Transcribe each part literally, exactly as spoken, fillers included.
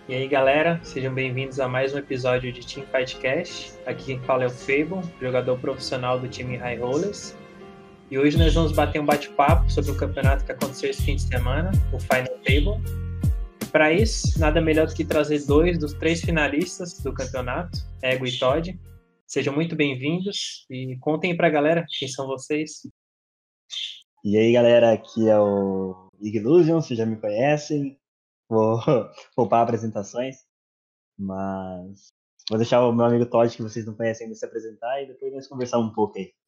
E aí, galera, sejam bem-vindos a mais um episódio de Team Fightcast. Aqui quem fala é o Fable, jogador profissional do time High Rollers. E hoje nós vamos bater um bate-papo sobre o campeonato que aconteceu esse fim de semana, o Final Table. Para isso, nada melhor do que trazer dois dos três finalistas do campeonato, Ego e Todd. Sejam muito bem-vindos e contem para a galera quem são vocês. E aí, galera, aqui é o Iglusion, vocês já me conhecem. Vou poupar apresentações, mas vou deixar o meu amigo Todd, que vocês não conhecem, ainda se apresentar e depois nós conversar um pouco aí.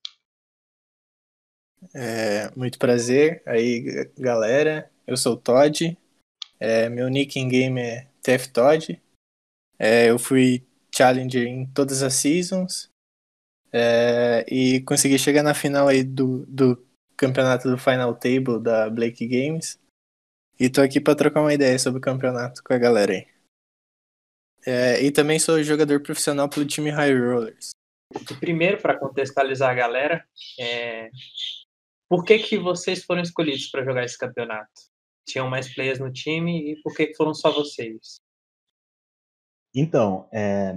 É, muito prazer aí, galera. Eu sou o Todd. É, meu nick em game é TFTodd. É, eu fui Challenger em todas as seasons. É, e consegui chegar na final aí do, do campeonato do Final Table da Blake Games. E tô aqui pra trocar uma ideia sobre o campeonato com a galera aí. É, e também sou jogador profissional pelo time High Rollers. E primeiro, para contextualizar a galera, é... por que que vocês foram escolhidos para jogar esse campeonato? Tinham mais players no time e por que que foram só vocês? Então, é...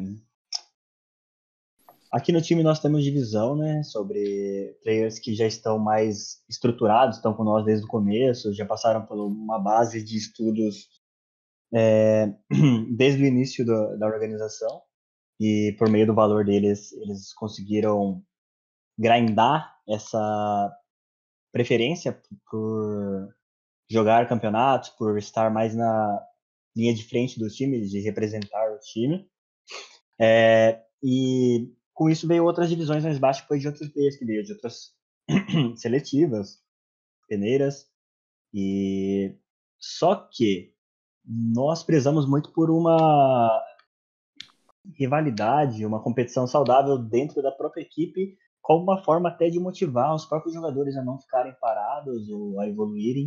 aqui no time nós temos divisão, né, sobre players que já estão mais estruturados, estão com nós desde o começo, já passaram por uma base de estudos é... desde o início do, da organização. E por meio do valor deles, eles conseguiram grindar essa preferência por jogar campeonatos, por estar mais na linha de frente do time, de representar o time. É, e com isso veio outras divisões mais baixas, foi de outros players, que veio de outras seletivas, peneiras. E só que nós prezamos muito por uma rivalidade, uma competição saudável dentro da própria equipe, como uma forma até de motivar os próprios jogadores a não ficarem parados ou a evoluírem.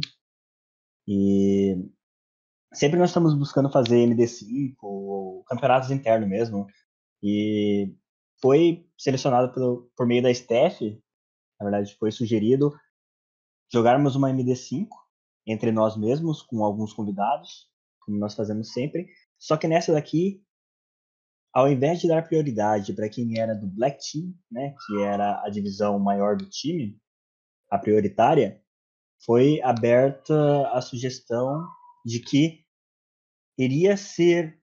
E sempre nós estamos buscando fazer M D cinco ou campeonatos internos mesmo. E foi selecionado pelo, por meio da staff, na verdade foi sugerido jogarmos uma M D cinco entre nós mesmos, com alguns convidados, como nós fazemos sempre. Só que nessa daqui, ao invés de dar prioridade para quem era do Black Team, né, que era a divisão maior do time, a prioritária, foi aberta a sugestão de que iria ser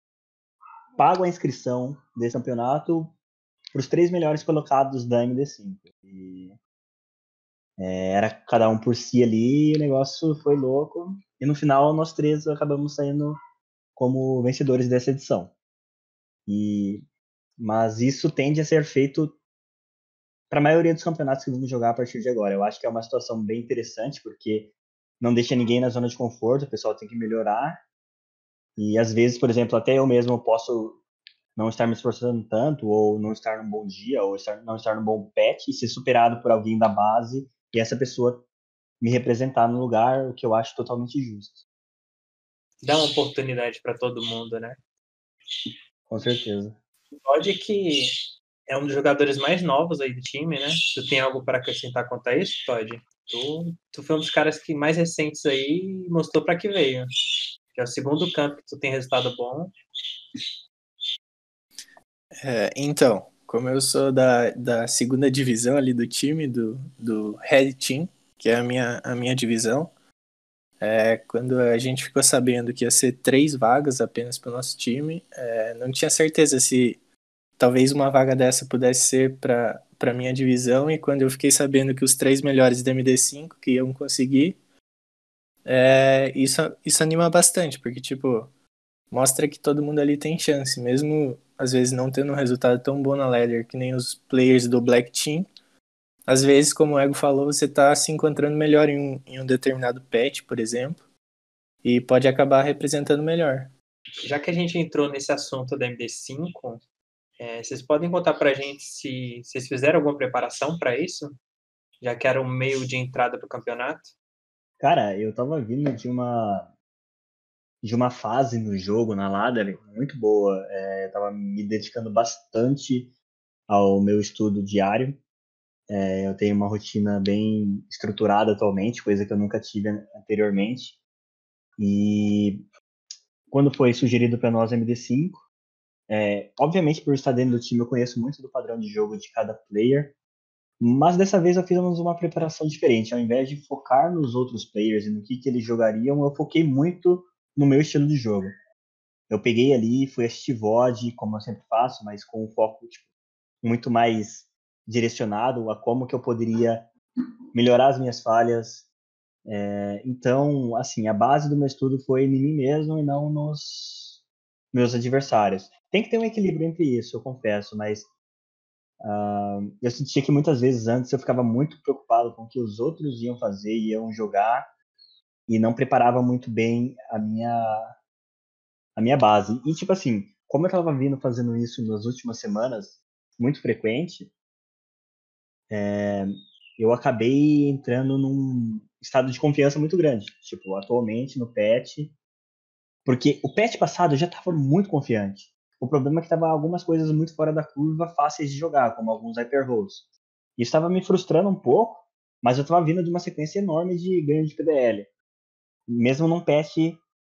pago a inscrição desse campeonato para os três melhores colocados da M D cinco. E, é, era cada um por si ali, e o negócio foi louco. E no final, nós três acabamos saindo como vencedores dessa edição. E mas isso tende a ser feito para a maioria dos campeonatos que vamos jogar a partir de agora. Eu acho que é uma situação bem interessante, porque não deixa ninguém na zona de conforto, o pessoal tem que melhorar. E às vezes, por exemplo, até eu mesmo posso não estar me esforçando tanto, ou não estar num bom dia, ou estar, não estar num bom patch, e ser superado por alguém da base, e essa pessoa me representar no lugar, o que eu acho totalmente justo. Dá uma oportunidade para todo mundo, né? Com certeza. Pode que é um dos jogadores mais novos aí do time, né? Tu tem algo para acrescentar quanto a isso, Todd? Tu, tu foi um dos caras que mais recentes aí e mostrou para que veio. Que é o segundo campo que tu tem resultado bom. É, então, como eu sou da, da segunda divisão ali do time, do, do Red Team, que é a minha, a minha divisão, é, quando a gente ficou sabendo que ia ser três vagas apenas para o nosso time, é, não tinha certeza se talvez uma vaga dessa pudesse ser para a minha divisão, e quando eu fiquei sabendo que os três melhores da M D cinco que iam conseguir, é, isso, isso anima bastante, porque, tipo, mostra que todo mundo ali tem chance, mesmo às vezes não tendo um resultado tão bom na ladder que nem os players do Black Team. Às vezes, como o Ego falou, você tá se encontrando melhor em um, em um determinado patch, por exemplo, e pode acabar representando melhor. Já que a gente entrou nesse assunto da M D cinco, é, vocês podem contar pra gente se vocês fizeram alguma preparação para isso? Já que era o meio de entrada pro campeonato? Cara, eu tava vindo de uma de uma fase no jogo, na ladder, muito boa. É, eu tava me dedicando bastante ao meu estudo diário. É, eu tenho uma rotina bem estruturada atualmente, coisa que eu nunca tive anteriormente. E quando foi sugerido para nós M D cinco. É, obviamente, por estar dentro do time, eu conheço muito do padrão de jogo de cada player, mas dessa vez eu fiz uma preparação diferente. Ao invés de focar nos outros players e no que, que eles jogariam, eu foquei muito no meu estilo de jogo. Eu peguei ali, fui assistir V O D, como eu sempre faço, mas com um foco tipo, muito mais direcionado a como que eu poderia melhorar as minhas falhas. É, então, assim, a base do meu estudo foi em mim mesmo e não nos meus adversários. Tem que ter um equilíbrio entre isso, eu confesso, mas uh, eu sentia que muitas vezes antes eu ficava muito preocupado com o que os outros iam fazer, iam jogar, e não preparava muito bem a minha, a minha base. E, tipo assim, como eu estava vindo fazendo isso nas últimas semanas, muito frequente, é, eu acabei entrando num estado de confiança muito grande. Tipo, atualmente no patch, porque o patch passado eu já estava muito confiante. O problema é que tava algumas coisas muito fora da curva, fáceis de jogar, como alguns hyper rolls. Isso estava me frustrando um pouco, mas eu estava vindo de uma sequência enorme de ganho de P D L. Mesmo num patch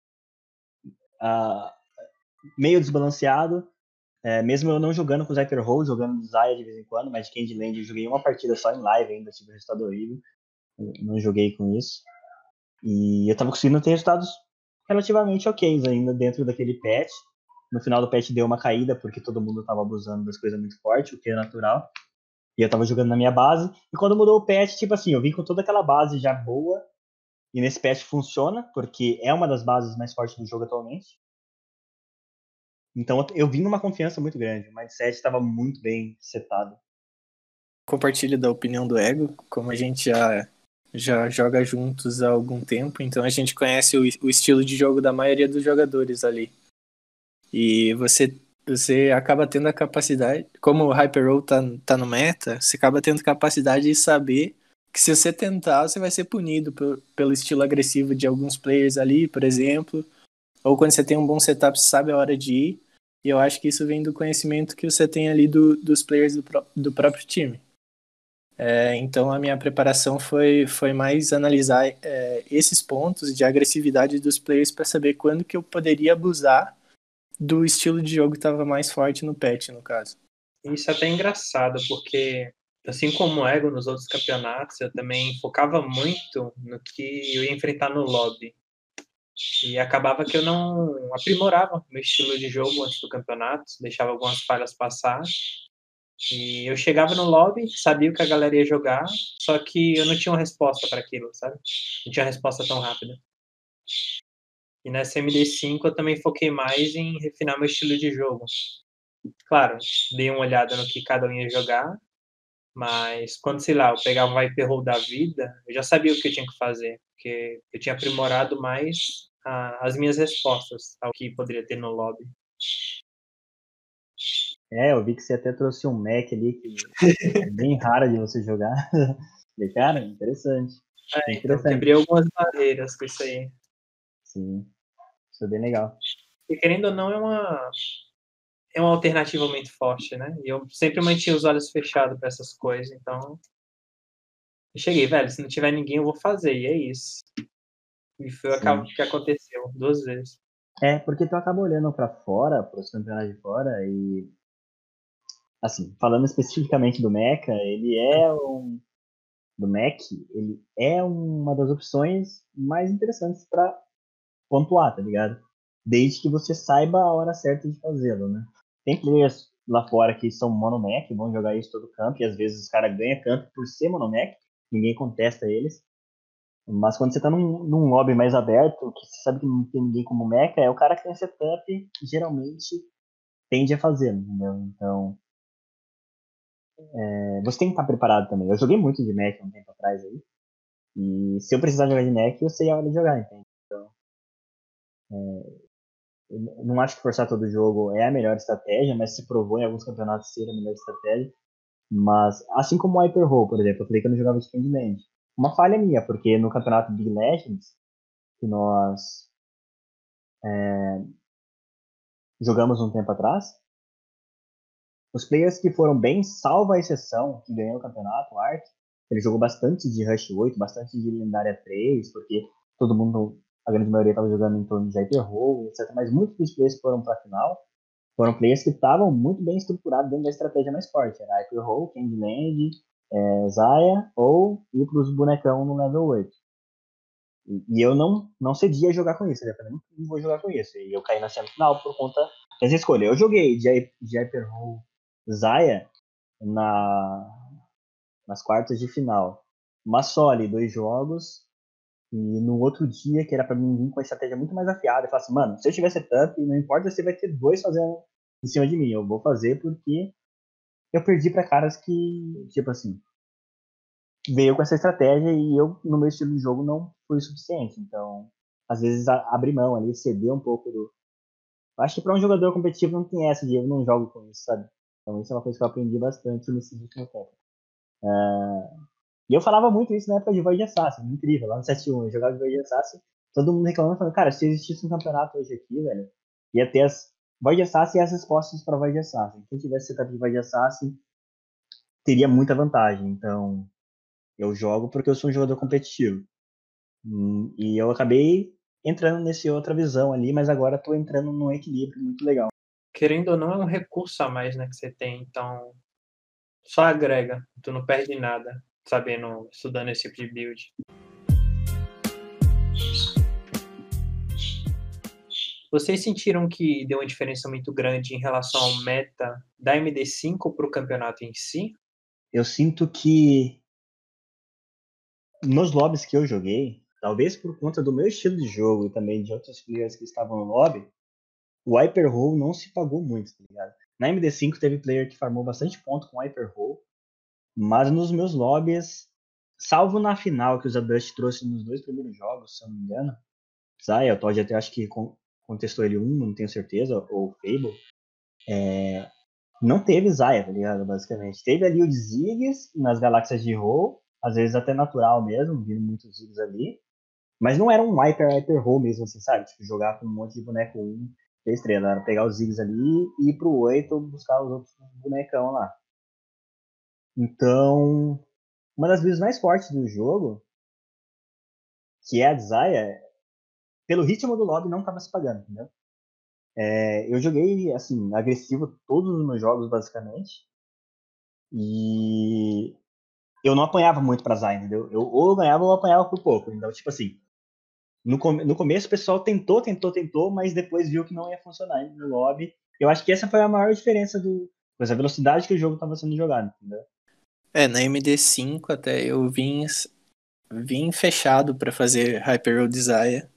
uh, meio desbalanceado, é, mesmo eu não jogando com os hyper rolls, jogando Zaya de vez em quando, mas de Candyland eu joguei uma partida só em live ainda, tive um resultado horrível. Eu não joguei com isso. E eu estava conseguindo ter resultados relativamente ok ainda dentro daquele patch. No final do patch deu uma caída, porque todo mundo estava abusando das coisas muito forte, o que é natural. E eu estava jogando na minha base. E quando mudou o patch, tipo assim, eu vim com toda aquela base já boa. E nesse patch funciona, porque é uma das bases mais fortes do jogo atualmente. Então eu vim numa confiança muito grande. O mindset estava muito bem setado. Compartilho da opinião do Ego, como a gente já, já joga juntos há algum tempo, então a gente conhece o, o estilo de jogo da maioria dos jogadores ali. E você, você acaba tendo a capacidade, como o Hyper Roll tá, tá no meta, você acaba tendo capacidade de saber que se você tentar, você vai ser punido por, pelo estilo agressivo de alguns players ali, por exemplo, ou quando você tem um bom setup, você sabe a hora de ir, e eu acho que isso vem do conhecimento que você tem ali do, dos players do, do próprio time. É, então a minha preparação foi, foi mais analisar é, esses pontos de agressividade dos players para saber quando que eu poderia abusar do estilo de jogo que estava mais forte no patch, no caso. Isso é até engraçado, porque assim como o Ego nos outros campeonatos, eu também focava muito no que eu ia enfrentar no lobby. E acabava que eu não aprimorava meu estilo de jogo antes do campeonato, deixava algumas falhas passar. E eu chegava no lobby, sabia o que a galera ia jogar, só que eu não tinha uma resposta para aquilo, sabe? Não tinha uma resposta tão rápida. E nessa M D cinco eu também foquei mais em refinar meu estilo de jogo. Claro, dei uma olhada no que cada um ia jogar, mas quando, sei lá, eu pegava um Viper Roll da vida, eu já sabia o que eu tinha que fazer, porque eu tinha aprimorado mais a, as minhas respostas ao que poderia ter no lobby. É, eu vi que você até trouxe um Mac ali, que é bem raro de você jogar. Falei, cara, interessante. É, então, interessante. quebrei algumas barreiras com isso aí. Sim, isso é bem legal. E querendo ou não, é uma, é uma alternativa muito forte, né? E eu sempre mantinha os olhos fechados para essas coisas, então eu cheguei, velho, se não tiver ninguém eu vou fazer, e é isso. E foi o que aconteceu, duas vezes. É, porque tu acaba olhando para fora, para os campeonatos de fora, e assim, falando especificamente do Mecha, ele é um do Mac, ele é uma das opções mais interessantes para pontuar, tá ligado? Desde que você saiba a hora certa de fazê-lo, né? Tem players lá fora que são mono-Mac, vão jogar isso todo campo, e às vezes os caras ganham campo por ser mono-Mac, ninguém contesta eles. Mas quando você tá num, num lobby mais aberto, que você sabe que não tem ninguém como mecha, é o cara que tem setup, geralmente tende a fazer, entendeu? Então, é, você tem que estar preparado também. Eu joguei muito de mecha um tempo atrás aí, e se eu precisar jogar de mecha, eu sei a hora de jogar, entende? Então, é, eu não acho que forçar todo o jogo é a melhor estratégia, mas se provou em alguns campeonatos ser a melhor estratégia. Mas, assim como o Hyper Roll, por exemplo, eu falei que eu não jogava de Candyland. Uma falha minha, porque no campeonato Big Legends, que nós é, jogamos um tempo atrás, os players que foram bem, salvo a exceção que ganhou o campeonato, o Ark, ele jogou bastante de Rush oito, bastante de Lendária três, porque todo mundo a grande maioria estava jogando em torno de Hyperroll, etcétera. Mas muitos dos players que foram para a final foram players que estavam muito bem estruturados dentro da estratégia mais forte. Era Hyperroll, Candyland, é, Zaya, ou ir para os bonecão no level oito. E, e eu não, não cedia a jogar com isso. Eu falei, não vou jogar com isso. E eu caí na semifinal por conta dessa escolha. Eu joguei de, de Hyperroll Zaya na, nas quartas de final. Uma só ali, dois jogos. E no outro dia, que era pra mim vir com a estratégia muito mais afiada, eu falei assim, mano, se eu tiver setup, não importa se vai ter dois fazendo em cima de mim, eu vou fazer porque eu perdi pra caras que, tipo assim, veio com essa estratégia e eu, no meu estilo de jogo, não foi o suficiente. Então, às vezes, abrir mão ali, ceder um pouco do... Eu acho que pra um jogador competitivo não tem essa de eu não jogo com isso, sabe? Então, isso é uma coisa que eu aprendi bastante nesse último tempo. Uh, e eu falava muito isso na época de Void Assassin, incrível, lá no sete um, eu jogava de Void Assassin, todo mundo reclamando, falando, cara, se existisse um campeonato hoje aqui, velho, ia ter as Void Assassin e as respostas para Void Assassin. Quem tivesse setup de Void Assassin teria muita vantagem, então eu jogo porque eu sou um jogador competitivo. E eu acabei entrando nessa outra visão ali, mas agora estou entrando num equilíbrio muito legal. Querendo ou não, é um recurso a mais, né, que você tem, então só agrega, tu não perde nada sabendo, estudando esse tipo de build. Vocês sentiram que deu uma diferença muito grande em relação ao meta da M D cinco para o campeonato em si? Eu sinto que nos lobbies que eu joguei, talvez por conta do meu estilo de jogo e também de outros players que estavam no lobby, o Hyperroll não se pagou muito, tá ligado? Na M D cinco teve player que farmou bastante ponto com o Hyperroll, mas nos meus lobbies, salvo na final que o Zadust trouxe nos dois primeiros jogos, se eu não me engano, Zaya, o Todd até acho que contestou ele um, não tenho certeza, ou Fable, é, não teve Zaya, tá ligado? Basicamente. Teve ali o Ziggs nas galáxias de Roll, às vezes até natural mesmo, vindo muitos Ziggs ali, mas não era um Hyper Hyper Roll mesmo, assim, sabe? Tipo, jogar com um monte de boneco um, estrela, era pegar os Ziggs ali e ir pro oito buscar os outros bonecão lá. Então, uma das builds mais fortes do jogo, que é a Zaya, pelo ritmo do lobby não tava se pagando, entendeu? É, eu joguei, assim, agressivo todos os meus jogos, basicamente. E eu não apanhava muito pra Zaya, entendeu? Eu ou eu ganhava ou eu apanhava por pouco. Então, tipo assim, no, com- no começo o pessoal tentou, tentou, tentou, mas depois viu que não ia funcionar no lobby. Eu acho que essa foi a maior diferença do... Pois a velocidade que o jogo estava sendo jogado, entendeu? É, na M D cinco até eu vim, vim fechado pra fazer Hyper Road Zaya.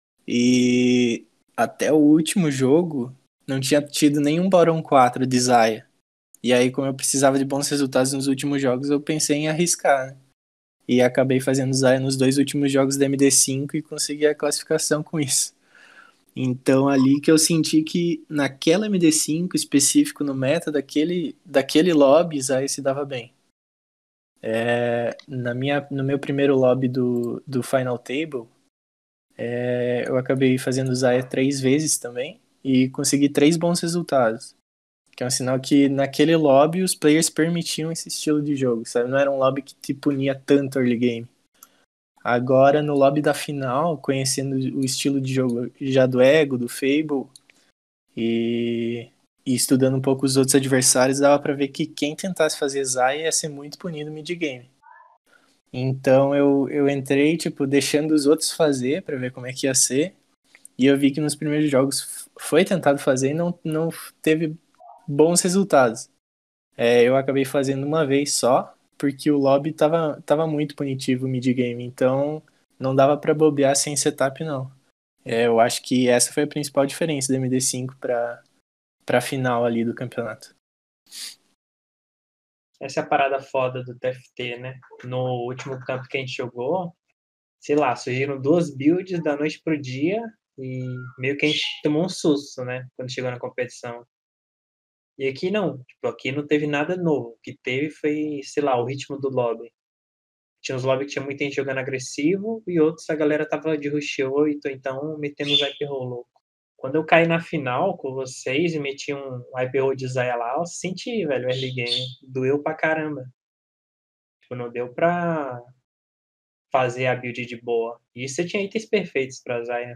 E até o último jogo não tinha tido nenhum Baron quatro de Zaya. E aí, como eu precisava de bons resultados nos últimos jogos, eu pensei em arriscar, né? E acabei fazendo Zaya nos dois últimos jogos da M D cinco e consegui a classificação com isso. Então, ali que eu senti que naquela M D cinco, específico no meta daquele, daquele lobby, Zaya se dava bem. É, na minha, no meu primeiro lobby do, do Final Table, é, eu acabei fazendo Zaya três vezes também e consegui três bons resultados. Que é um sinal que naquele lobby os players permitiam esse estilo de jogo, sabe? Não era um lobby que te punia tanto early game. Agora, no lobby da final, conhecendo o estilo de jogo já do Ego, do Fable, e, e estudando um pouco os outros adversários, dava pra ver que quem tentasse fazer Zaya ia ser muito punido mid-game. Então eu, eu entrei, tipo, deixando os outros fazer pra ver como é que ia ser, e eu vi que nos primeiros jogos foi tentado fazer e não, não teve bons resultados. É, eu acabei fazendo uma vez só, porque o lobby tava, tava muito punitivo o mid-game, então não dava pra bobear sem setup, não. É, eu acho que essa foi a principal diferença da M D cinco pra, pra final ali do campeonato. Essa é a parada foda do T F T, né? No último campo que a gente jogou, sei lá, surgiram duas builds da noite pro dia e meio que a gente tomou um susto, né? Quando chegou na competição. E aqui não, tipo, aqui não teve nada novo. O que teve foi, sei lá, o ritmo do lobby. Tinha uns lobby que tinha muita gente jogando agressivo e outros a galera tava de rush oito, então metendo os hyper roll louco. Quando eu caí na final com vocês e meti um hyper roll de Zaya lá, eu senti, velho, o early game. Doeu pra caramba. Tipo, não deu pra, fazer a build de boa. E você tinha itens perfeitos pra Zarya.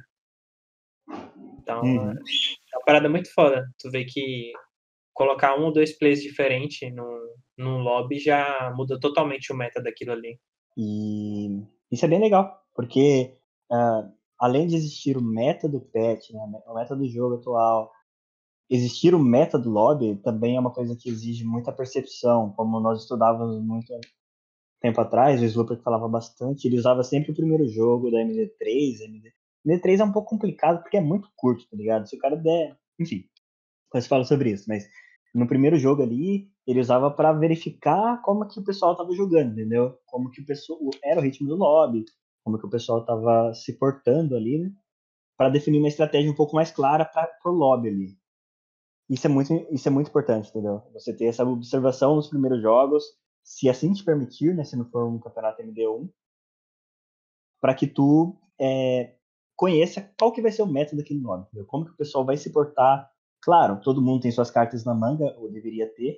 Então, Uhum. é uma parada muito foda. Tu vê que colocar um ou dois plays diferentes num, num lobby já muda totalmente o meta daquilo ali. E isso é bem legal, porque uh, além de existir o meta do patch, né, o meta do jogo atual, existir o meta do lobby também é uma coisa que exige muita percepção, como nós estudávamos muito tempo atrás, o Sloper falava bastante, ele usava sempre o primeiro jogo da M D três, M D... M D três é um pouco complicado porque é muito curto, tá ligado? Se o cara der... Enfim, depois falo sobre isso, mas no primeiro jogo ali, ele usava para verificar como que o pessoal tava jogando, entendeu? Como que o pessoal... era o ritmo do lobby, como que o pessoal tava se portando ali, né? Para definir uma estratégia um pouco mais clara para o lobby ali. Isso é, muito, isso é muito importante, entendeu? Você ter essa observação nos primeiros jogos, se assim te permitir, né, se não for um campeonato M D um, para que tu é, conheça qual que vai ser o método daquele nome, entendeu? Como que o pessoal vai se portar. Claro, todo mundo tem suas cartas na manga, ou deveria ter,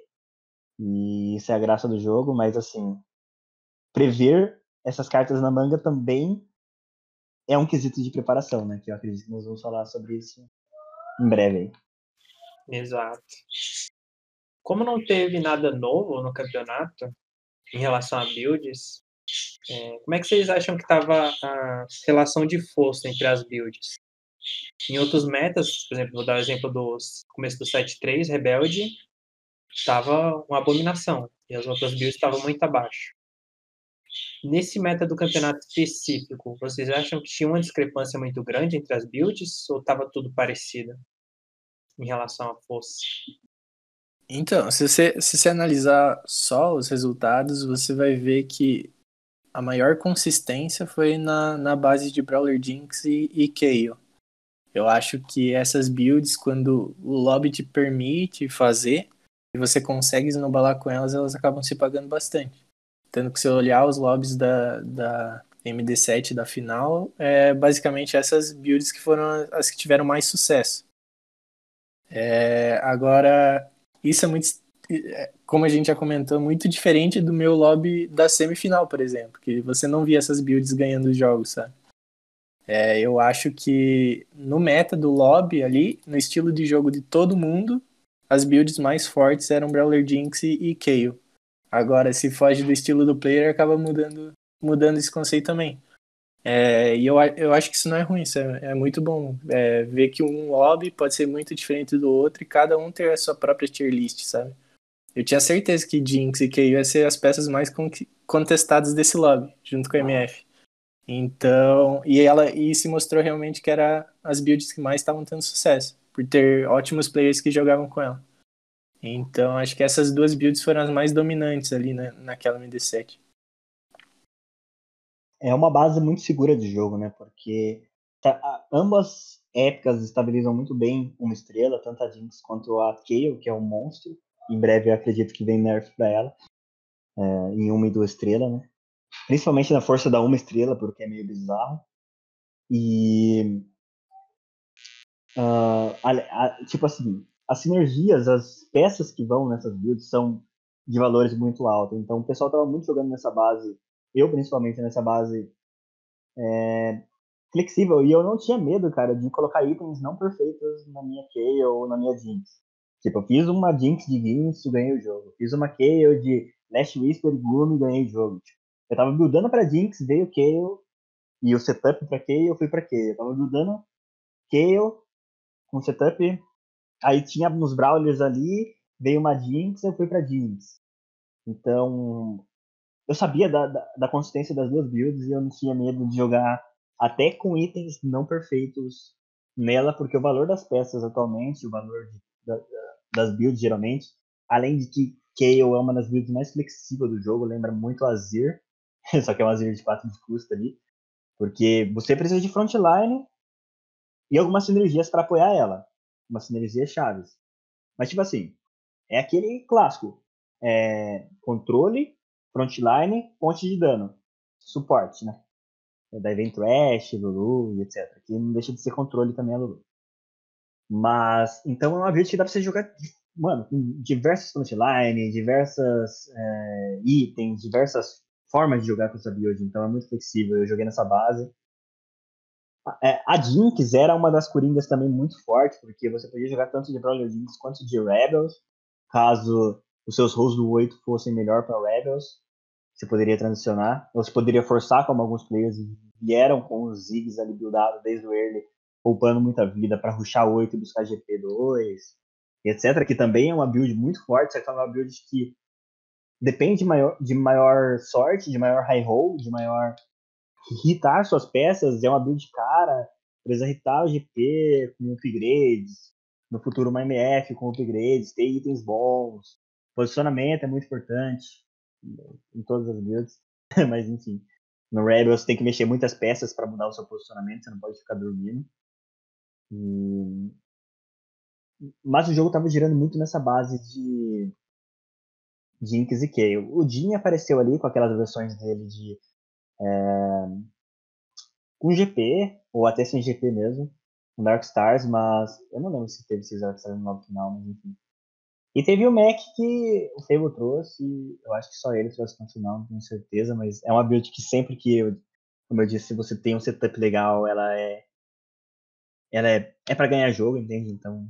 e isso é a graça do jogo, mas assim, prever essas cartas na manga também é um quesito de preparação, né? Que eu acredito que nós vamos falar sobre isso em breve aí. Exato. Como não teve nada novo no campeonato em relação a builds, é, como é que vocês acham que estava a relação de força entre as builds? Em outros metas, por exemplo, vou dar o exemplo do começo do sete três, Rebelde, estava uma abominação, e as outras builds estavam muito abaixo. Nesse meta do campeonato específico, vocês acham que tinha uma discrepância muito grande entre as builds, ou estava tudo parecido em relação à força? Então, se você, se você analisar só os resultados, você vai ver que a maior consistência foi na, na base de Brawler Jinx e, e Kayle. Eu acho que essas builds, quando o lobby te permite fazer, e você consegue esnobalar com elas, elas acabam se pagando bastante. Tanto que se eu olhar os lobbies da, da M D sete da final, é basicamente essas builds que foram as que tiveram mais sucesso. É, agora, isso é muito, como a gente já comentou, muito diferente do meu lobby da semifinal, por exemplo, que você não via essas builds ganhando os jogos, sabe? É, eu acho que no meta do lobby ali, no estilo de jogo de todo mundo, as builds mais fortes eram Brawler Jinx e, e Kayle. Agora, se foge do estilo do player, acaba mudando, mudando esse conceito também. É, e eu, eu acho que isso não é ruim, isso é, é muito bom. É, ver que um lobby pode ser muito diferente do outro e cada um ter a sua própria tier list, sabe? Eu tinha certeza que Jinx e Kayle iam ser as peças mais con- contestadas desse lobby, junto com a M F. Então, e ela e se mostrou realmente que era as builds que mais estavam tendo sucesso, por ter ótimos players que jogavam com ela. Então, acho que essas duas builds foram as mais dominantes ali na, naquela M D sete. É uma base muito segura de jogo, né? Porque tá, a, ambas épocas estabilizam muito bem uma estrela, tanto a Jinx quanto a Kayle, que é um monstro. Em breve eu acredito que vem nerf pra ela, é, em uma e duas estrelas, né? Principalmente na força da uma estrela, porque é meio bizarro. E. Uh, a, a, tipo assim, as sinergias, as peças que vão nessas builds são de valores muito altos. Então o pessoal tava muito jogando nessa base, eu principalmente nessa base é, flexível, e eu não tinha medo, cara, de colocar itens não perfeitos na minha Kayle ou na minha Jinx. Tipo, eu fiz uma Jinx de Ginsu, ganhei o jogo. Fiz uma Kayle de Last Whisper e Gloom, ganhei o jogo. Tipo, eu tava buildando pra Jinx, veio Kayle, e o setup pra Kayle, eu fui pra Kayle. Eu tava buildando Kayle com setup, aí tinha uns Brawlers ali, veio uma Jinx, eu fui pra Jinx. Então, eu sabia da, da, da consistência das duas builds e eu não tinha medo de jogar até com itens não perfeitos nela, porque o valor das peças atualmente, o valor de, da, das builds geralmente, além de que Kayle é uma das builds mais flexíveis do jogo, lembra muito a Azir, só que é uma Azir de quatro de custo ali, porque você precisa de frontline e algumas sinergias para apoiar ela, umas sinergias chaves. Mas tipo assim, é aquele clássico, é, controle, frontline, ponte de dano, suporte, né? Daí vem Thresh, Lulu e etcétera. Que não deixa de ser controle também a Lulu. Mas, então é uma build que dá pra você jogar, mano, com diversas frontline, diversas é, itens, diversas formas de jogar com essa build, então é muito flexível. Eu joguei nessa base. É, a Jinx era uma das coringas também muito forte, porque você podia jogar tanto de Brawler Jinx quanto de Rebels. Caso os seus rolls do oito fossem melhor para Rebels, você poderia transicionar. Ou você poderia forçar, como alguns players vieram com os Ziggs ali buildados desde o early, poupando muita vida para rushar oito e buscar G P dois, etcétera. Que também é uma build muito forte, só que é uma build que depende de maior, de maior sorte, de maior high roll, de maior hitar suas peças. É uma build cara, precisa hitar o G P com upgrades, no futuro uma M F com upgrades, ter itens bons, posicionamento é muito importante em todas as builds, mas enfim, no Rebels você tem que mexer muitas peças para mudar o seu posicionamento, você não pode ficar dormindo. E... mas o jogo estava girando muito nessa base de Jinx e Kayle. O Jhin apareceu ali com aquelas versões dele de é, com G P, ou até sem G P mesmo, com Dark Stars, mas eu não lembro se teve esses Dark Stars no final, mas enfim. E teve o Mac que o Fable trouxe, eu acho que só ele trouxe no final, não tenho certeza, mas é uma build que sempre que, eu, como eu disse, se você tem um setup legal, ela é ela é, é para ganhar jogo, entende? Então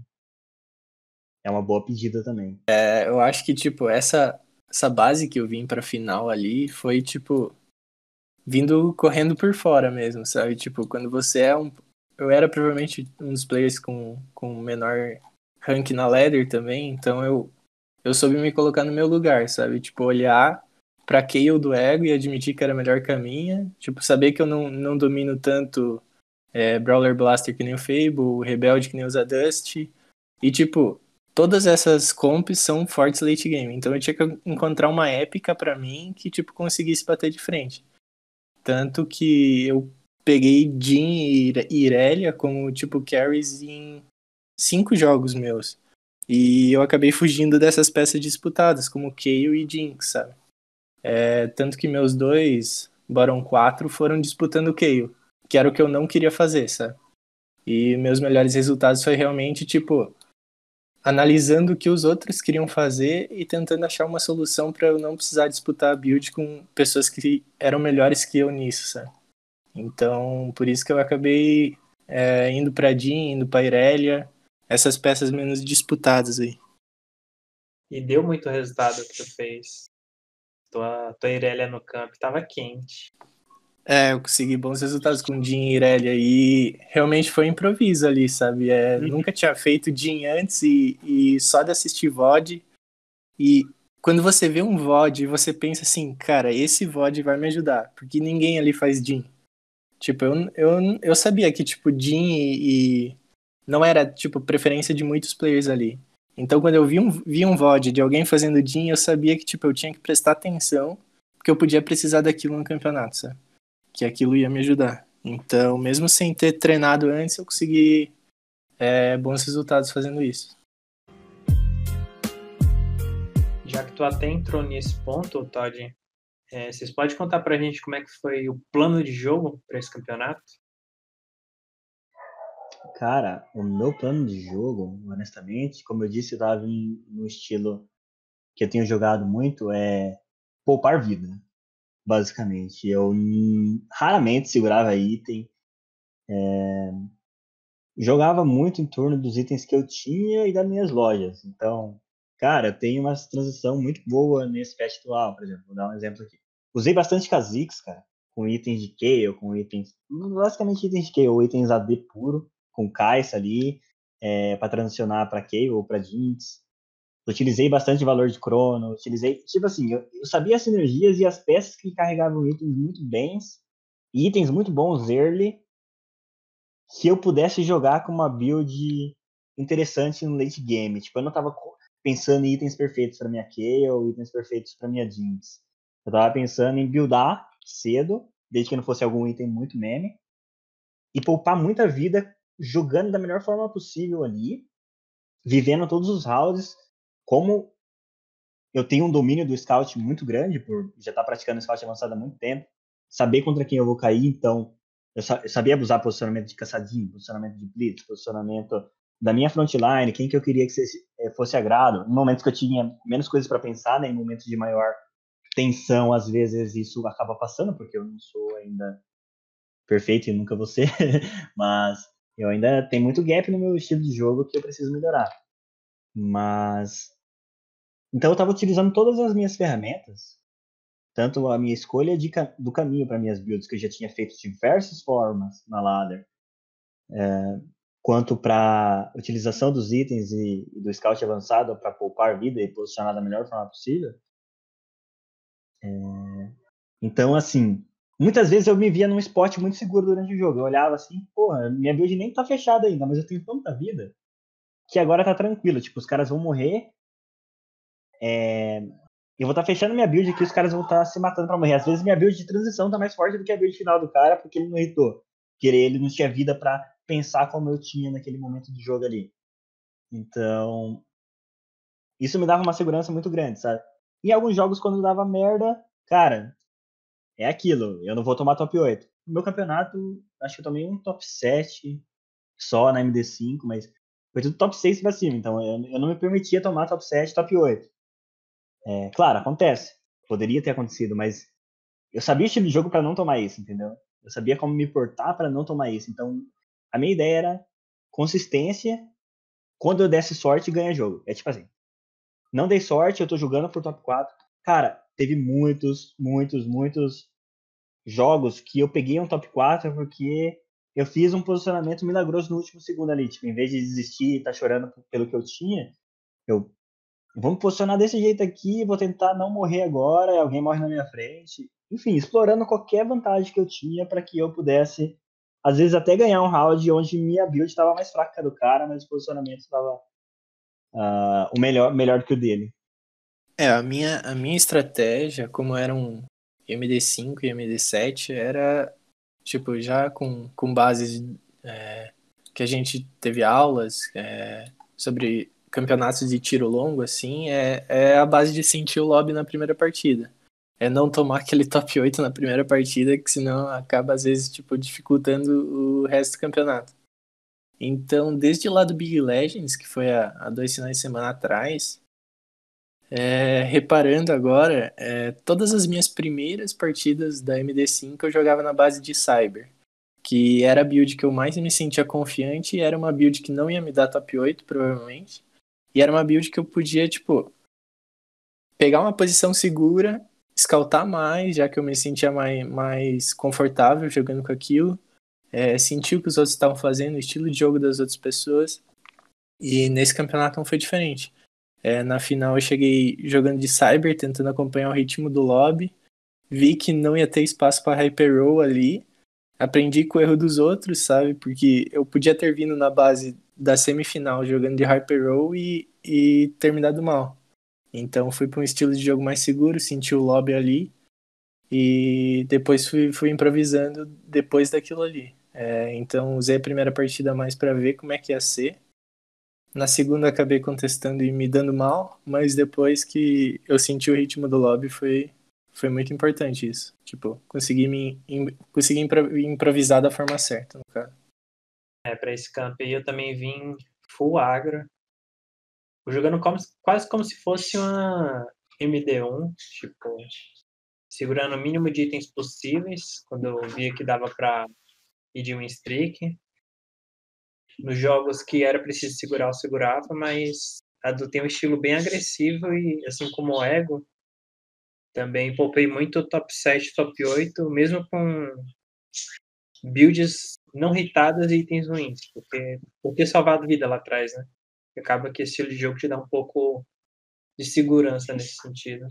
é uma boa pedida também. É, eu acho que, tipo, essa, essa base que eu vim pra final ali foi, tipo, vindo correndo por fora mesmo, sabe? Tipo, quando você é um... Eu era provavelmente um dos players com, com menor rank na ladder também, então eu, eu soube me colocar no meu lugar, sabe? Tipo, olhar pra Kayle do ego e admitir que era a melhor caminha. Tipo, saber que eu não, não domino tanto é, Brawler Blaster que nem o Fable, Rebelde que nem o Zadust. E, tipo, todas essas comps são fortes late game. Então eu tinha que encontrar uma épica pra mim que, tipo, conseguisse bater de frente. Tanto que eu peguei Jhin e Irelia como, tipo, carries em cinco jogos meus. E eu acabei fugindo dessas peças disputadas, como Kayle e Jinx, sabe? É, tanto que meus dois Baron quatro foram disputando o Kayle, que era o que eu não queria fazer, sabe? E meus melhores resultados foi realmente, tipo, analisando o que os outros queriam fazer e tentando achar uma solução para eu não precisar disputar a build com pessoas que eram melhores que eu nisso, sabe? Então, por isso que eu acabei é, indo pra Jhin, indo pra Irelia, essas peças menos disputadas aí. E deu muito resultado que tu fez. Tua, tua Irelia no campo tava quente. É, eu consegui bons resultados com Jhin e Irelia e realmente foi improviso ali, sabe? É, Uhum. Nunca tinha feito Jhin antes e, e só de assistir V O D. E quando você vê um V O D, você pensa assim, cara, esse V O D vai me ajudar, porque ninguém ali faz Jhin. Tipo, eu, eu, eu sabia que, tipo, Jhin e, e não era, tipo, preferência de muitos players ali. Então, quando eu vi um, vi um V O D de alguém fazendo Jhin, eu sabia que, tipo, eu tinha que prestar atenção, porque eu podia precisar daquilo no campeonato, sabe? Que aquilo ia me ajudar. Então, mesmo sem ter treinado antes, eu consegui é, bons resultados fazendo isso. Já que tu até entrou nesse ponto, Todd, é, vocês podem contar pra gente como é que foi o plano de jogo para esse campeonato? Cara, o meu plano de jogo, honestamente, como eu disse, eu tava no estilo que eu tenho jogado muito, é poupar vida, basicamente. Eu hum, raramente segurava item, é, jogava muito em torno dos itens que eu tinha e das minhas lojas. Então, cara, eu tenho uma transição muito boa nesse patch atual, por exemplo. Vou dar um exemplo aqui. Usei bastante Kha'Zix, cara, com itens de Kayle, com itens, basicamente itens de Kayle, ou itens A D puro, com Kai'Sa ali, é, para transicionar para Kayle ou para Jinx. Utilizei bastante valor de crono, utilizei, tipo assim, eu, eu sabia as sinergias e as peças que carregavam itens muito bens, itens muito bons early, que eu pudesse jogar com uma build interessante no late game. Tipo, eu não tava pensando em itens perfeitos para minha Kayle ou itens perfeitos para minha Jinx. Eu tava pensando em buildar cedo, desde que não fosse algum item muito meme, e poupar muita vida jogando da melhor forma possível ali, vivendo todos os rounds. Como eu tenho um domínio do Scout muito grande, por já estar tá praticando Scout avançado há muito tempo, saber contra quem eu vou cair, então eu, sa eu sabia abusar posicionamento de caçadinho, posicionamento de blitz, posicionamento da minha frontline, quem que eu queria que fosse agrado, em momentos que eu tinha menos coisas para pensar, né, em momentos de maior tensão, às vezes isso acaba passando, porque eu não sou ainda perfeito e nunca vou ser, mas eu ainda tenho muito gap no meu estilo de jogo que eu preciso melhorar. Mas então eu estava utilizando todas as minhas ferramentas, tanto a minha escolha de, do caminho para minhas builds, que eu já tinha feito de diversas formas na ladder, é, quanto para utilização dos itens e, e do scout avançado para poupar vida e posicionar da melhor forma possível. É, então, assim, muitas vezes eu me via num spot muito seguro durante o jogo. Eu olhava assim, porra, minha build nem tá fechada ainda, mas eu tenho tanta vida que agora tá tranquilo. Tipo, os caras vão morrer. É... Eu vou estar tá fechando minha build aqui, os caras vão estar tá se matando pra morrer. Às vezes minha build de transição tá mais forte do que a build final do cara, porque ele não hitou. Porque ele não tinha vida pra pensar como eu tinha naquele momento do jogo ali. Então, isso me dava uma segurança muito grande, sabe? Em alguns jogos, quando dava merda, cara, é aquilo, eu não vou tomar top oito. No meu campeonato, acho que eu tomei um top sete só na M D cinco, mas foi tudo top seis pra cima, então eu, eu não me permitia tomar top sete, top oito. É, claro, acontece, poderia ter acontecido, mas eu sabia o estilo de jogo para não tomar isso, entendeu? Eu sabia como me portar para não tomar isso, então a minha ideia era consistência, quando eu desse sorte, ganha jogo. É tipo assim, não dei sorte, eu tô jogando por top quatro. Cara, teve muitos, muitos, muitos jogos que eu peguei um top quatro porque eu fiz um posicionamento milagroso no último segundo ali. Tipo, em vez de desistir e tá chorando pelo que eu tinha, eu vamos posicionar desse jeito aqui, vou tentar não morrer agora, alguém morre na minha frente. Enfim, explorando qualquer vantagem que eu tinha para que eu pudesse, às vezes, até ganhar um round onde minha build estava mais fraca do cara, mas o posicionamento estava uh, o melhor, melhor do que o dele. É, a minha, a minha estratégia, como era um M D cinco e M D sete, era, tipo, já com, com bases é, que a gente teve aulas é, sobre campeonatos de tiro longo, assim, é, é a base de sentir o lobby na primeira partida. É não tomar aquele top oito na primeira partida, que senão acaba, às vezes, tipo, dificultando o resto do campeonato. Então, desde lá do Big Legends, que foi há, há dois finais de semana atrás, é, reparando agora, é, todas as minhas primeiras partidas da M D cinco eu jogava na base de Cyber, que era a build que eu mais me sentia confiante, e era uma build que não ia me dar top oito, provavelmente, e era uma build que eu podia, tipo, pegar uma posição segura, scoutar mais, já que eu me sentia mais, mais confortável jogando com aquilo, é, sentir o que os outros estavam fazendo, o estilo de jogo das outras pessoas, e nesse campeonato não foi diferente. É, na final eu cheguei jogando de Cyber, tentando acompanhar o ritmo do lobby. Vi que não ia ter espaço para Hyper Roll ali. Aprendi com o erro dos outros, sabe? Porque eu podia ter vindo na base da semifinal jogando de Hyper Roll e, e terminado mal. Então fui para um estilo de jogo mais seguro, senti o lobby ali. E depois fui, fui improvisando depois daquilo ali. É, então usei a primeira partida mais para ver como é que ia ser. Na segunda acabei contestando e me dando mal, mas depois que eu senti o ritmo do lobby foi, foi muito importante isso. Tipo, consegui me consegui impro, improvisar da forma certa, no caso. É, para esse camp aí eu também vim full agro, jogando como, quase como se fosse uma M D um, tipo, segurando o mínimo de itens possíveis, quando eu via que dava para ir de win streak. Nos jogos que era preciso segurar, eu segurava, mas a do tem um estilo bem agressivo e, assim como o Ego, também poupei muito top sete, top oito, mesmo com builds não hitadas e itens ruins, porque por ter salvado vida lá atrás, né? Acaba que esse estilo de jogo te dá um pouco de segurança nesse sentido.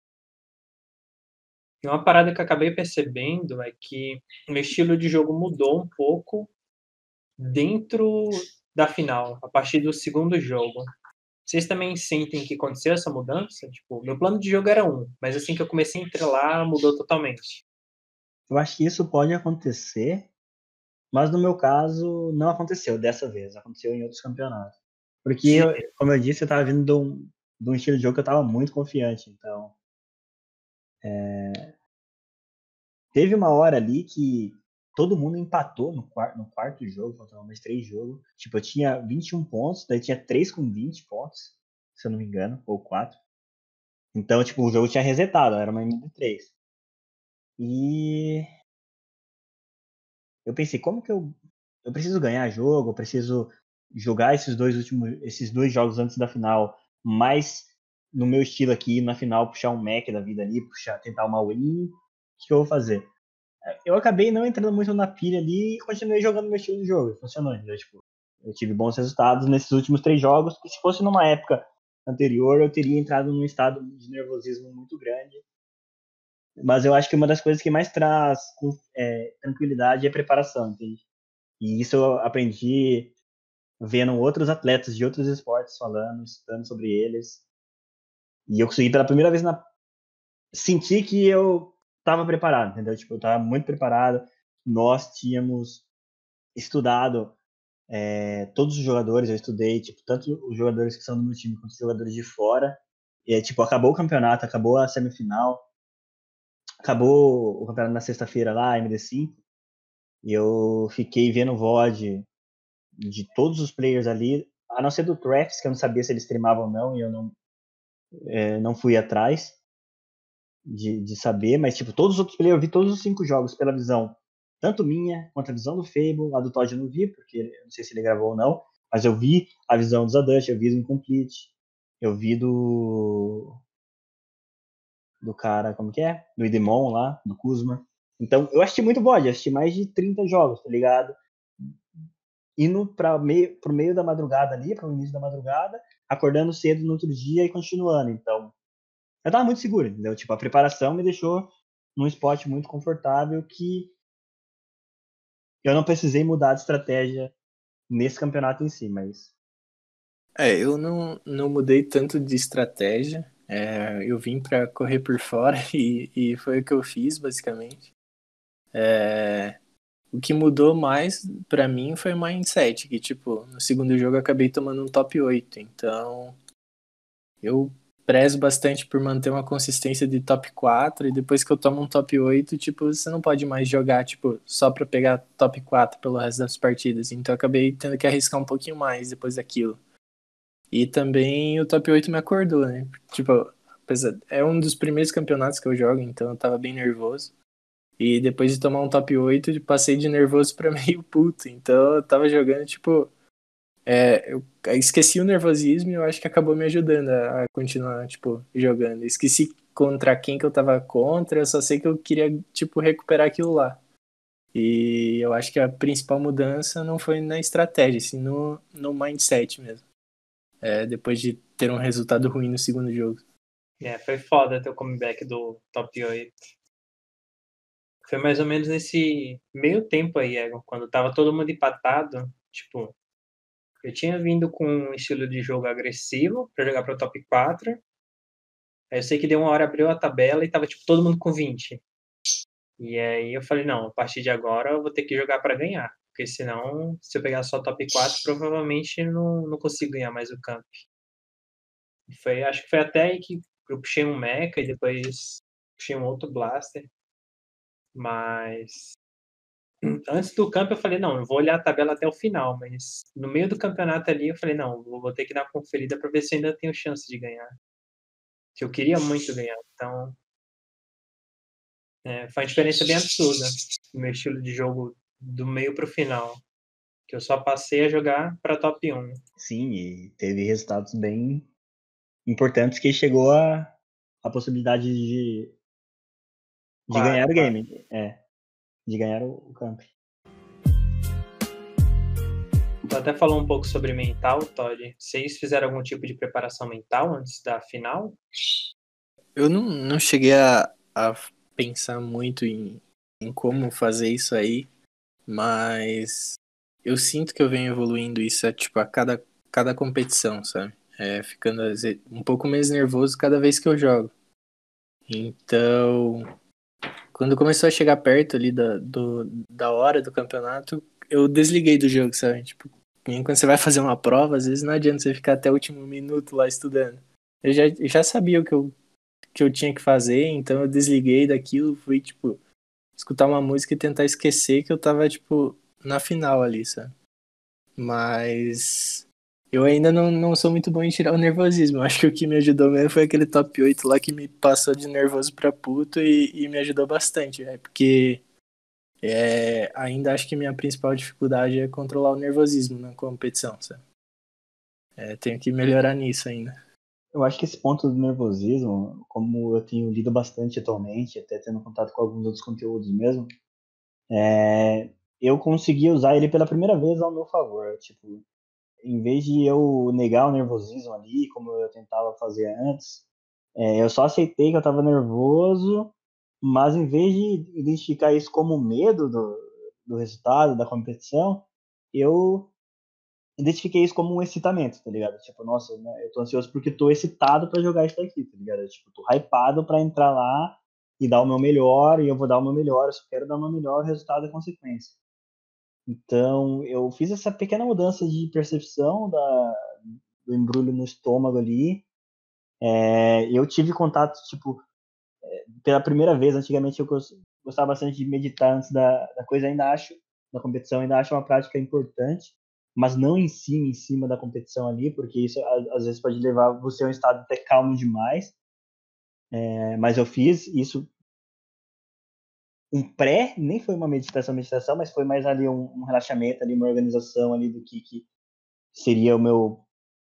E uma parada que eu acabei percebendo é que o meu estilo de jogo mudou um pouco dentro da final, a partir do segundo jogo. Vocês também sentem que aconteceu essa mudança? Tipo, meu plano de jogo era um, mas assim que eu comecei a entrelar, mudou totalmente. Eu acho que isso pode acontecer, mas no meu caso não aconteceu dessa vez, aconteceu em outros campeonatos. Porque, eu, como eu disse, eu estava vindo de um, de um estilo de jogo que eu estava muito confiante, então é... teve uma hora ali que todo mundo empatou no quarto, no quarto jogo, faltavam mais três jogos. Tipo, eu tinha vinte e um pontos, daí tinha três com vinte pontos, se eu não me engano, ou quatro. Então, tipo, o jogo tinha resetado, era uma M D três. E eu pensei, como que eu eu preciso ganhar jogo, eu preciso jogar esses dois últimos esses dois jogos antes da final, mas no meu estilo aqui, na final puxar um Mac da vida ali, puxar, tentar uma win, o que eu vou fazer? Eu acabei não entrando muito na pilha ali e continuei jogando meu estilo de jogo, funcionou, entendeu? Tipo, eu tive bons resultados nesses últimos três jogos, que se fosse numa época anterior, eu teria entrado num estado de nervosismo muito grande. Mas eu acho que uma das coisas que mais traz é, tranquilidade é preparação, entende? E isso eu aprendi vendo outros atletas de outros esportes falando, estudando sobre eles. E eu consegui pela primeira vez na... sentir que eu estava preparado, entendeu? Tipo, eu estava muito preparado. Nós tínhamos estudado é, todos os jogadores, eu estudei, tipo, tanto os jogadores que são do meu time quanto os jogadores de fora. E, tipo, acabou o campeonato, acabou a semifinal, acabou o campeonato na sexta-feira lá, M D cinco, e eu fiquei vendo V O D de todos os players ali, a não ser do Travis, que eu não sabia se ele streamava ou não, e eu não, é, não fui atrás de, de saber, mas, tipo, todos os outros players, eu vi todos os cinco jogos pela visão, tanto minha, quanto a visão do Fable, a do Todd eu não vi, porque eu não sei se ele gravou ou não, mas eu vi a visão do Zadush, eu vi do Incomplete, eu vi do do cara, como que é? Do Idemon lá, do Kuzma. Então, eu assisti muito V O D, assisti mais de trinta jogos, tá ligado? Indo para meio, pro meio da madrugada ali, para o início da madrugada, acordando cedo no outro dia e continuando. Então, eu tava muito seguro, entendeu? Tipo, a preparação me deixou num spot muito confortável que eu não precisei mudar de estratégia nesse campeonato em si, mas... É, eu não, não mudei tanto de estratégia. É, eu vim para correr por fora e, e foi o que eu fiz, basicamente. É, o que mudou mais para mim foi o mindset, que, tipo, no segundo jogo eu acabei tomando um top oito. Então, eu prezo bastante por manter uma consistência de top quatro, e depois que eu tomo um top oito, tipo, você não pode mais jogar, tipo, só pra pegar top quatro pelo resto das partidas. Então eu acabei tendo que arriscar um pouquinho mais depois daquilo. E também o top oito me acordou, né? Tipo, apesar, é um dos primeiros campeonatos que eu jogo, então eu tava bem nervoso. E depois de tomar um top oito, passei de nervoso pra meio puto. Então eu tava jogando, tipo, é, eu esqueci o nervosismo e eu acho que acabou me ajudando a, a continuar, tipo, jogando. Esqueci contra quem que eu tava contra, eu só sei que eu queria, tipo, recuperar aquilo lá. E eu acho que a principal mudança não foi na estratégia, sim no, no mindset mesmo. É, depois de ter um resultado ruim no segundo jogo. É, foi foda ter o comeback do top oito. Foi mais ou menos nesse meio tempo aí, Egon, quando tava todo mundo empatado, tipo, eu tinha vindo com um estilo de jogo agressivo pra jogar pro top quatro. Aí eu sei que deu uma hora, abriu a tabela e tava, tipo, todo mundo com vinte. E aí eu falei, não, a partir de agora eu vou ter que jogar pra ganhar. Porque senão, se eu pegar só top quatro, provavelmente não, não consigo ganhar mais o camp. E foi, acho que foi até aí que eu puxei um mecha e depois puxei um outro blaster. Mas antes do camp eu falei, não, eu vou olhar a tabela até o final, mas no meio do campeonato ali eu falei, não, vou ter que dar uma conferida para ver se eu ainda tenho chance de ganhar. Que eu queria muito ganhar, então é, foi uma diferença bem absurda no meu estilo de jogo do meio pro final, que eu só passei a jogar para top um. Sim, e teve resultados bem importantes que chegou a, a possibilidade de, de Claro, ganhar o claro. game, é, de ganhar o, o camp. Tu até falou um pouco sobre mental, Todd. Vocês fizeram algum tipo de preparação mental antes da final? Eu não, não cheguei a, a pensar muito em, em como fazer isso aí, mas eu sinto que eu venho evoluindo isso a, tipo, a cada, cada competição, sabe? É, ficando um pouco menos nervoso cada vez que eu jogo. Então, quando começou a chegar perto ali da, do, da hora do campeonato, eu desliguei do jogo, sabe? Tipo, nem quando você vai fazer uma prova, às vezes não adianta você ficar até o último minuto lá estudando. Eu já, eu já sabia o que eu, que eu tinha que fazer, então eu desliguei daquilo, fui, tipo, escutar uma música e tentar esquecer que eu tava, tipo, na final ali, sabe? Mas Eu ainda não, não sou muito bom em tirar o nervosismo. Acho que o que me ajudou mesmo foi aquele top oito lá que me passou de nervoso pra puto e, e me ajudou bastante, né? Porque é, ainda acho que minha principal dificuldade é controlar o nervosismo na competição, sabe? É, tenho que melhorar nisso ainda. Eu acho que esse ponto do nervosismo, como eu tenho lido bastante atualmente, até tendo contato com alguns outros conteúdos mesmo, é, eu consegui usar ele pela primeira vez ao meu favor. Tipo, em vez de eu negar o nervosismo ali, como eu tentava fazer antes, é, eu só aceitei que eu estava nervoso, mas em vez de identificar isso como medo do, do resultado, da competição, eu identifiquei isso como um excitamento, tá ligado? Tipo, nossa, né, eu tô ansioso porque tô excitado pra jogar isso daqui, tá ligado? Tipo, tô hypado pra entrar lá e dar o meu melhor, e eu vou dar o meu melhor, eu só quero dar o meu melhor, o resultado é consequência. Então, eu fiz essa pequena mudança de percepção da, do embrulho no estômago ali. É, eu tive contato, tipo, pela primeira vez, antigamente eu gostava bastante de meditar antes da, da coisa, ainda acho, da competição, ainda acho uma prática importante, mas não em cima, em cima da competição ali, porque isso às vezes pode levar você a um estado até calmo demais. É, mas eu fiz isso um pré, nem foi uma meditação, meditação, mas foi mais ali um, um relaxamento, ali uma organização ali do que, que seria o meu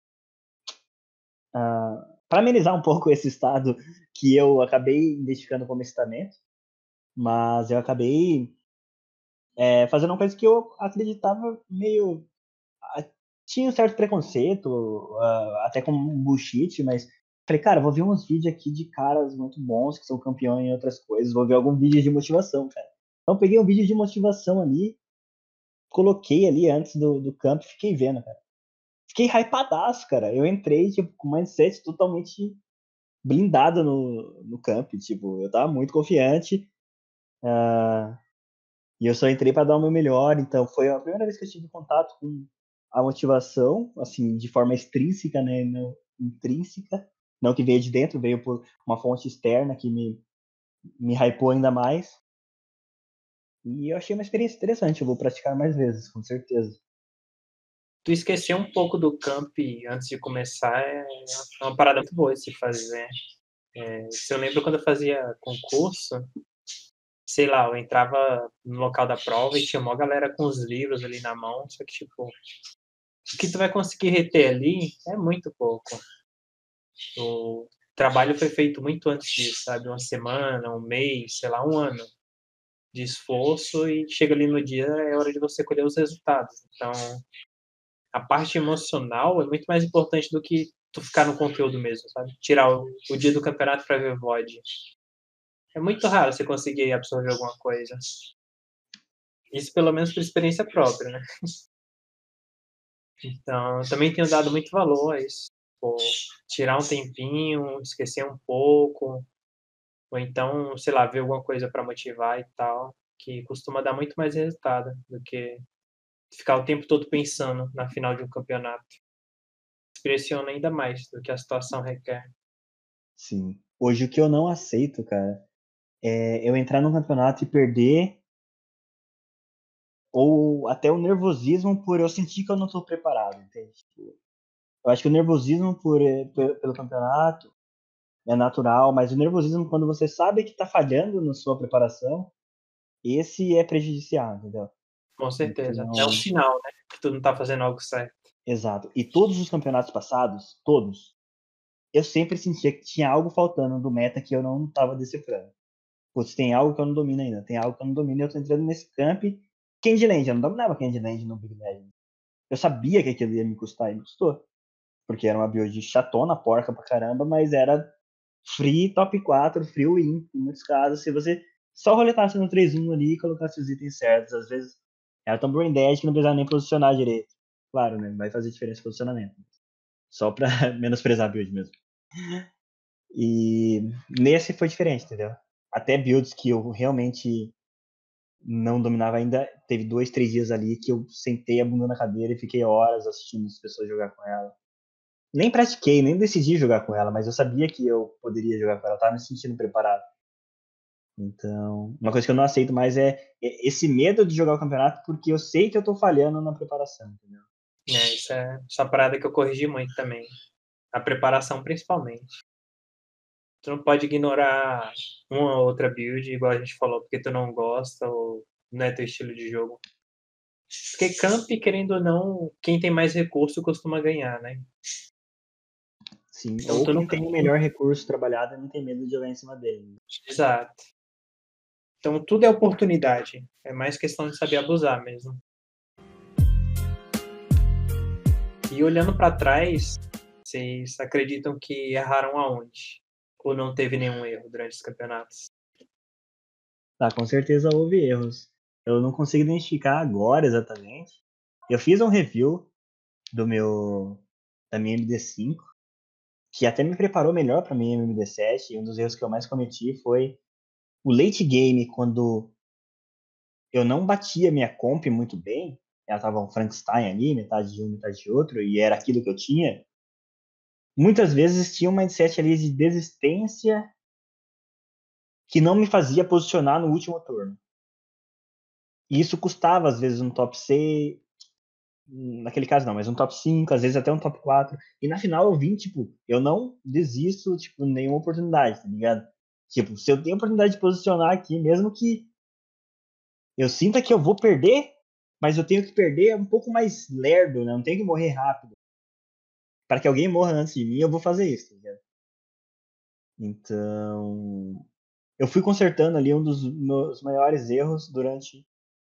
uh, para amenizar um pouco esse estado que eu acabei identificando como excitamento, mas eu acabei é, fazendo uma coisa que eu acreditava meio. Tinha um certo preconceito, uh, até como um bullshit, mas falei, cara, vou ver uns vídeos aqui de caras muito bons que são campeões em outras coisas, vou ver algum vídeo de motivação, cara. Então eu peguei um vídeo de motivação ali, coloquei ali antes do, do campo e fiquei vendo, cara. Fiquei hypadaço, cara. Eu entrei, tipo, com um mindset totalmente blindado no, no camp, tipo, eu tava muito confiante, uh, e eu só entrei para dar o meu melhor, então foi a primeira vez que eu tive contato com a motivação, assim, de forma extrínseca, né, não intrínseca, não que veio de dentro, veio por uma fonte externa que me, me hypou ainda mais. E eu achei uma experiência interessante, eu vou praticar mais vezes, com certeza. Tu esquecer um pouco do camp antes de começar é uma parada muito boa de se fazer. É, se eu lembro quando eu fazia concurso, sei lá, eu entrava no local da prova e tinha uma galera com os livros ali na mão, só que, tipo, o que tu vai conseguir reter ali é muito pouco. O trabalho foi feito muito antes disso, sabe? Uma semana, um mês, sei lá, um ano de esforço e chega ali no dia, é hora de você colher os resultados. Então, a parte emocional é muito mais importante do que tu ficar no conteúdo mesmo, sabe? Tirar o, o dia do campeonato para ver V O D. É muito raro você conseguir absorver alguma coisa. Isso pelo menos por experiência própria, né? Então, eu também tenho dado muito valor a isso. Pô, tirar um tempinho, esquecer um pouco, ou então, sei lá, ver alguma coisa para motivar e tal, que costuma dar muito mais resultado do que ficar o tempo todo pensando na final de um campeonato. Pressiona ainda mais do que a situação requer. Sim. Hoje o que eu não aceito, cara, é eu entrar num campeonato e perder, ou até o nervosismo por eu sentir que eu não estou preparado, entende? Eu acho que o nervosismo por, por, pelo campeonato é natural, mas o nervosismo quando você sabe que está falhando na sua preparação, esse é prejudicial, entendeu? Com certeza. Então, É um sinal, né? Que tu não tá fazendo algo certo. exato. E todos os campeonatos passados, todos, eu sempre sentia que tinha algo faltando do meta que eu não estava decifrando. Putz, tem algo que eu não domino ainda, tem algo que eu não domino e eu tô entrando nesse camp. Candyland, eu não dominava Candyland no Big Legend. Eu sabia que aquilo ia me custar e me custou. Porque era uma build chatona, porca pra caramba, mas era free top quatro, free win, em muitos casos. Se você só roletasse no três um ali e colocasse os itens certos, às vezes era tão brain dead que não precisava nem posicionar direito. Claro, né? Vai fazer diferença o posicionamento. Só pra menosprezar a build mesmo. E nesse foi diferente, entendeu? Até builds que eu realmente não dominava ainda, teve dois, três dias ali que eu sentei a bunda na cadeira e fiquei horas assistindo as pessoas jogar com ela. Nem pratiquei, nem decidi jogar com ela, mas eu sabia que eu poderia jogar com ela, eu tava me sentindo preparado. Então, uma coisa que eu não aceito mais é esse medo de jogar o campeonato porque eu sei que eu tô falhando na preparação, entendeu? É, isso é essa parada que eu corrigi muito também. A preparação, principalmente. Tu não pode ignorar uma ou outra build, igual a gente falou, porque tu não gosta ou não é teu estilo de jogo. Porque camp, querendo ou não, quem tem mais recurso costuma ganhar, né? Sim, Então ou tu quem nunca. tem o melhor recurso trabalhado e não tem medo de jogar em cima dele. Exato. Então tudo é oportunidade. É mais questão de saber abusar mesmo. E olhando pra trás, vocês acreditam que erraram aonde? Ou não teve nenhum erro durante os campeonatos? Tá, com certeza houve erros. Eu não consigo identificar agora exatamente. Eu fiz um review do meu da minha M D cinco, que até me preparou melhor para minha M D sete, e um dos erros que eu mais cometi foi o late game, quando eu não batia minha comp muito bem, ela tava um Frankenstein ali, metade de um, metade de outro, e era aquilo que eu tinha. Muitas vezes tinha um mindset ali de desistência que não me fazia posicionar no último turno. E isso custava, às vezes, um top seis, naquele caso não, mas um top cinco, às vezes até um top quatro. E na final eu vim, tipo, eu não desisto, tipo, nenhuma oportunidade, tá ligado? Tipo, se eu tenho a oportunidade de posicionar aqui, mesmo que eu sinta que eu vou perder, mas eu tenho que perder um pouco mais lerdo, né? Não tenho que morrer rápido. Para que alguém morra antes de mim, eu vou fazer isso, tá ligado? Então, eu fui consertando ali um dos meus maiores erros durante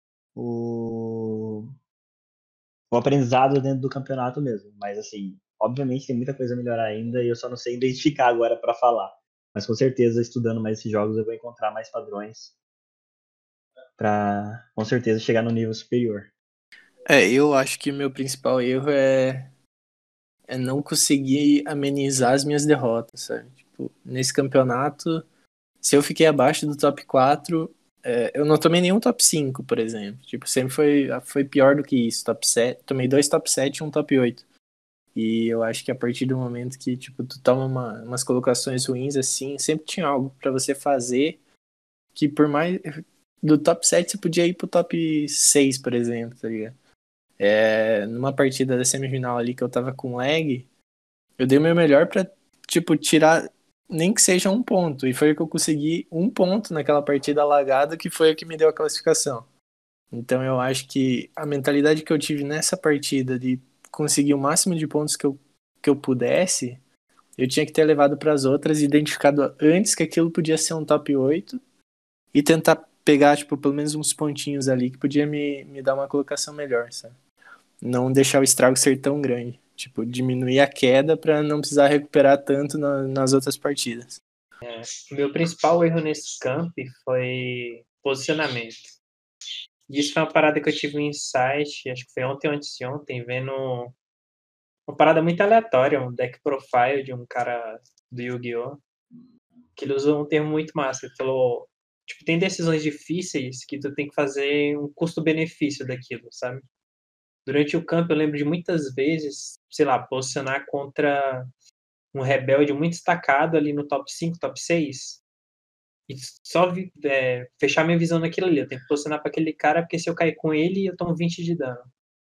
o, o aprendizado dentro do campeonato mesmo. Mas, assim, obviamente tem muita coisa a melhorar ainda e eu só não sei identificar agora para falar. Mas com certeza, estudando mais esses jogos, eu vou encontrar mais padrões para, com certeza, chegar no nível superior. É, eu acho que o meu principal erro é, é não conseguir amenizar as minhas derrotas, sabe? Tipo, nesse campeonato, se eu fiquei abaixo do top quatro, é, eu não tomei nenhum top cinco, por exemplo. Tipo, sempre foi, foi pior do que isso. Top sete, tomei dois top sete e um top oito. E eu acho que a partir do momento que, tipo, tu toma uma, umas colocações ruins, assim, sempre tinha algo pra você fazer que por mais... Do top sete você podia ir pro top seis, por exemplo, tá ligado? É, numa partida da semifinal ali que eu tava com lag, eu dei o meu melhor pra, tipo, tirar nem que seja um ponto. E foi o que eu consegui, um ponto naquela partida lagada, que foi o que me deu a classificação. Então eu acho que a mentalidade que eu tive nessa partida de conseguir o máximo de pontos que eu, que eu pudesse, eu tinha que ter levado para as outras e identificado antes que aquilo podia ser um top oito e tentar pegar, tipo, pelo menos uns pontinhos ali que podia me, me dar uma colocação melhor, sabe? Não deixar o estrago ser tão grande. Tipo, diminuir a queda para não precisar recuperar tanto na, nas outras partidas. É, o meu principal erro nesse camp foi posicionamento. E isso foi uma parada que eu tive um insight, acho que foi ontem ou antes de ontem, vendo uma parada muito aleatória, um deck profile de um cara do Yu-Gi-Oh! Que ele usou um termo muito massa. Ele falou, tipo, tem decisões difíceis que tu tem que fazer um custo-benefício daquilo, sabe? Durante o campo eu lembro de muitas vezes, sei lá, posicionar contra um rebelde muito destacado ali no top cinco, top seis, e só é, fechar minha visão naquilo ali. Eu tenho que posicionar para aquele cara, porque se eu cair com ele, eu tomo vinte de dano.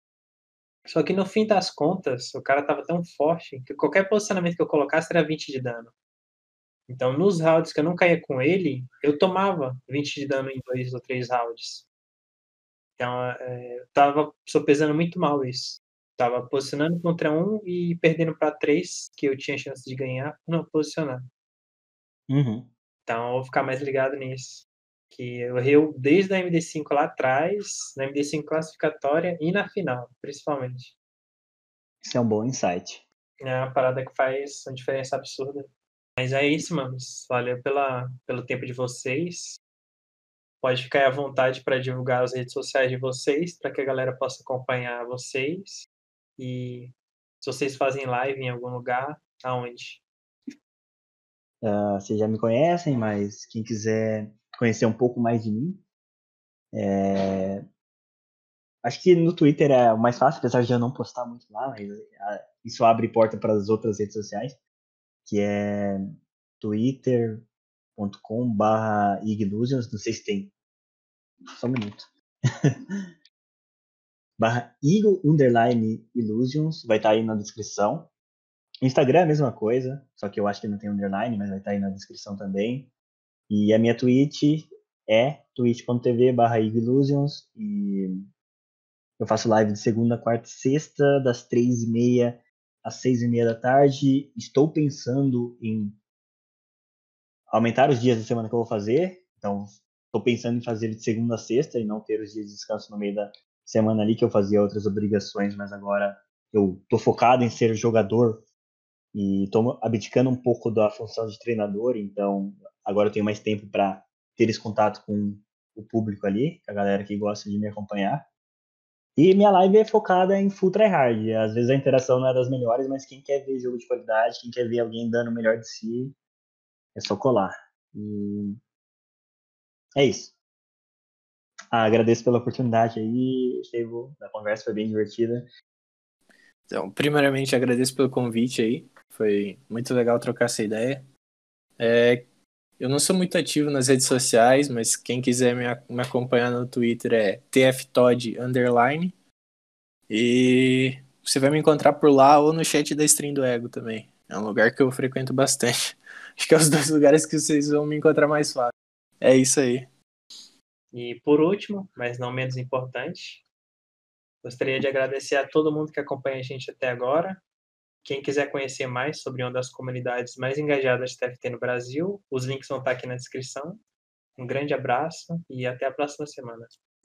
Só que no fim das contas, o cara tava tão forte que qualquer posicionamento que eu colocasse era vinte de dano. Então, nos rounds que eu não caía com ele, eu tomava vinte de dano em dois ou três rounds. Então, é, eu tava sopesando muito mal isso. Tava posicionando contra um e perdendo para três, que eu tinha chance de ganhar, não posicionar. Uhum. Então, eu vou ficar mais ligado nisso. Que eu errei desde a M D cinco lá atrás, na M D cinco classificatória e na final, principalmente. Isso é um bom insight. É uma parada que faz uma diferença absurda. Mas é isso, manos. Valeu pela, pelo tempo de vocês. Pode ficar à vontade para divulgar as redes sociais de vocês, para que a galera possa acompanhar vocês. E se vocês fazem live em algum lugar, aonde? Uh, vocês já me conhecem, mas quem quiser conhecer um pouco mais de mim, é... acho que no Twitter é o mais fácil, apesar de eu não postar muito lá, mas uh, isso abre porta para as outras redes sociais, que é twitter ponto com barra igillusions, não sei se tem, só um minuto. barra Eagle Underline Illusions, vai estar aí na descrição. Instagram é a mesma coisa, só que eu acho que não tem underline, mas vai estar aí na descrição também. E a minha Twitch é twitch.tv barra Eagle Illusions, e eu faço live de segunda, quarta e sexta, das três e meia às seis e meia da tarde. Estou pensando em aumentar os dias da semana que eu vou fazer, então estou pensando em fazer de segunda a sexta e não ter os dias de descanso no meio da semana ali, que eu fazia outras obrigações, mas agora eu estou focado em ser jogador e estou abdicando um pouco da função de treinador, então agora eu tenho mais tempo para ter esse contato com o público ali, a galera que gosta de me acompanhar. E minha live é focada em full tryhard. Às vezes a interação não é das melhores, mas quem quer ver jogo de qualidade, quem quer ver alguém dando o melhor de si, é só colar. E é isso. Ah, agradeço pela oportunidade aí, Estevão. A conversa foi bem divertida. Então, primeiramente, agradeço pelo convite aí. Foi muito legal trocar essa ideia. É, eu não sou muito ativo nas redes sociais, mas quem quiser me, me acompanhar no Twitter é tftod underline. E você vai me encontrar por lá ou no chat da Stream do Ego também. É um lugar que eu frequento bastante. Acho que é os dois lugares que vocês vão me encontrar mais fácil. É isso aí. E por último, mas não menos importante, gostaria de agradecer a todo mundo que acompanha a gente até agora. Quem quiser conhecer mais sobre uma das comunidades mais engajadas de T F T no Brasil, os links vão estar aqui na descrição. Um grande abraço e até a próxima semana.